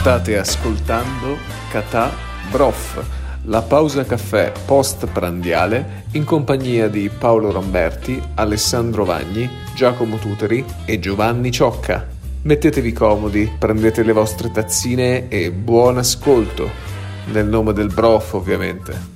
State ascoltando Catà Broff, la pausa caffè post-prandiale in compagnia di Paolo Ramberti, Alessandro Vagni, Giacomo Tuteri e Giovanni Ciocca. Mettetevi comodi, prendete le vostre tazzine e buon ascolto, nel nome del broff ovviamente.